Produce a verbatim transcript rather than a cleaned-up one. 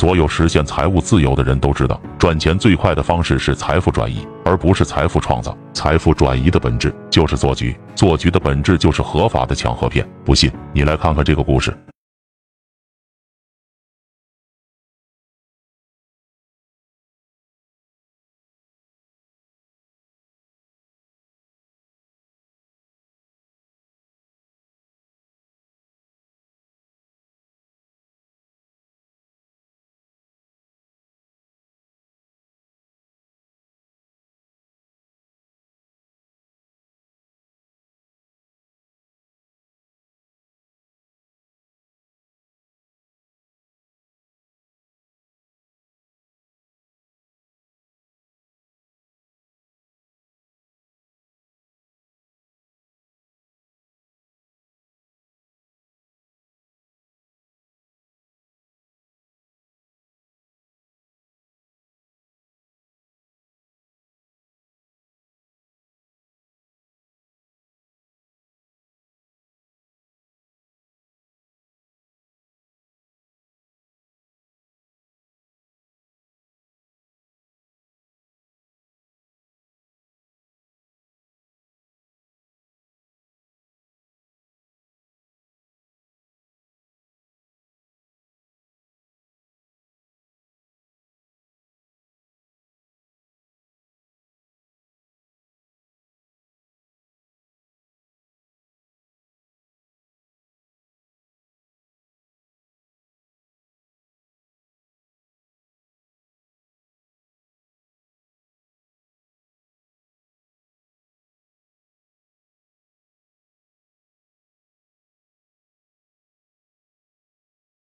所有实现财务自由的人都知道，赚钱最快的方式是财富转移，而不是财富创造。财富转移的本质就是做局，做局的本质就是合法的抢和骗。不信，你来看看这个故事。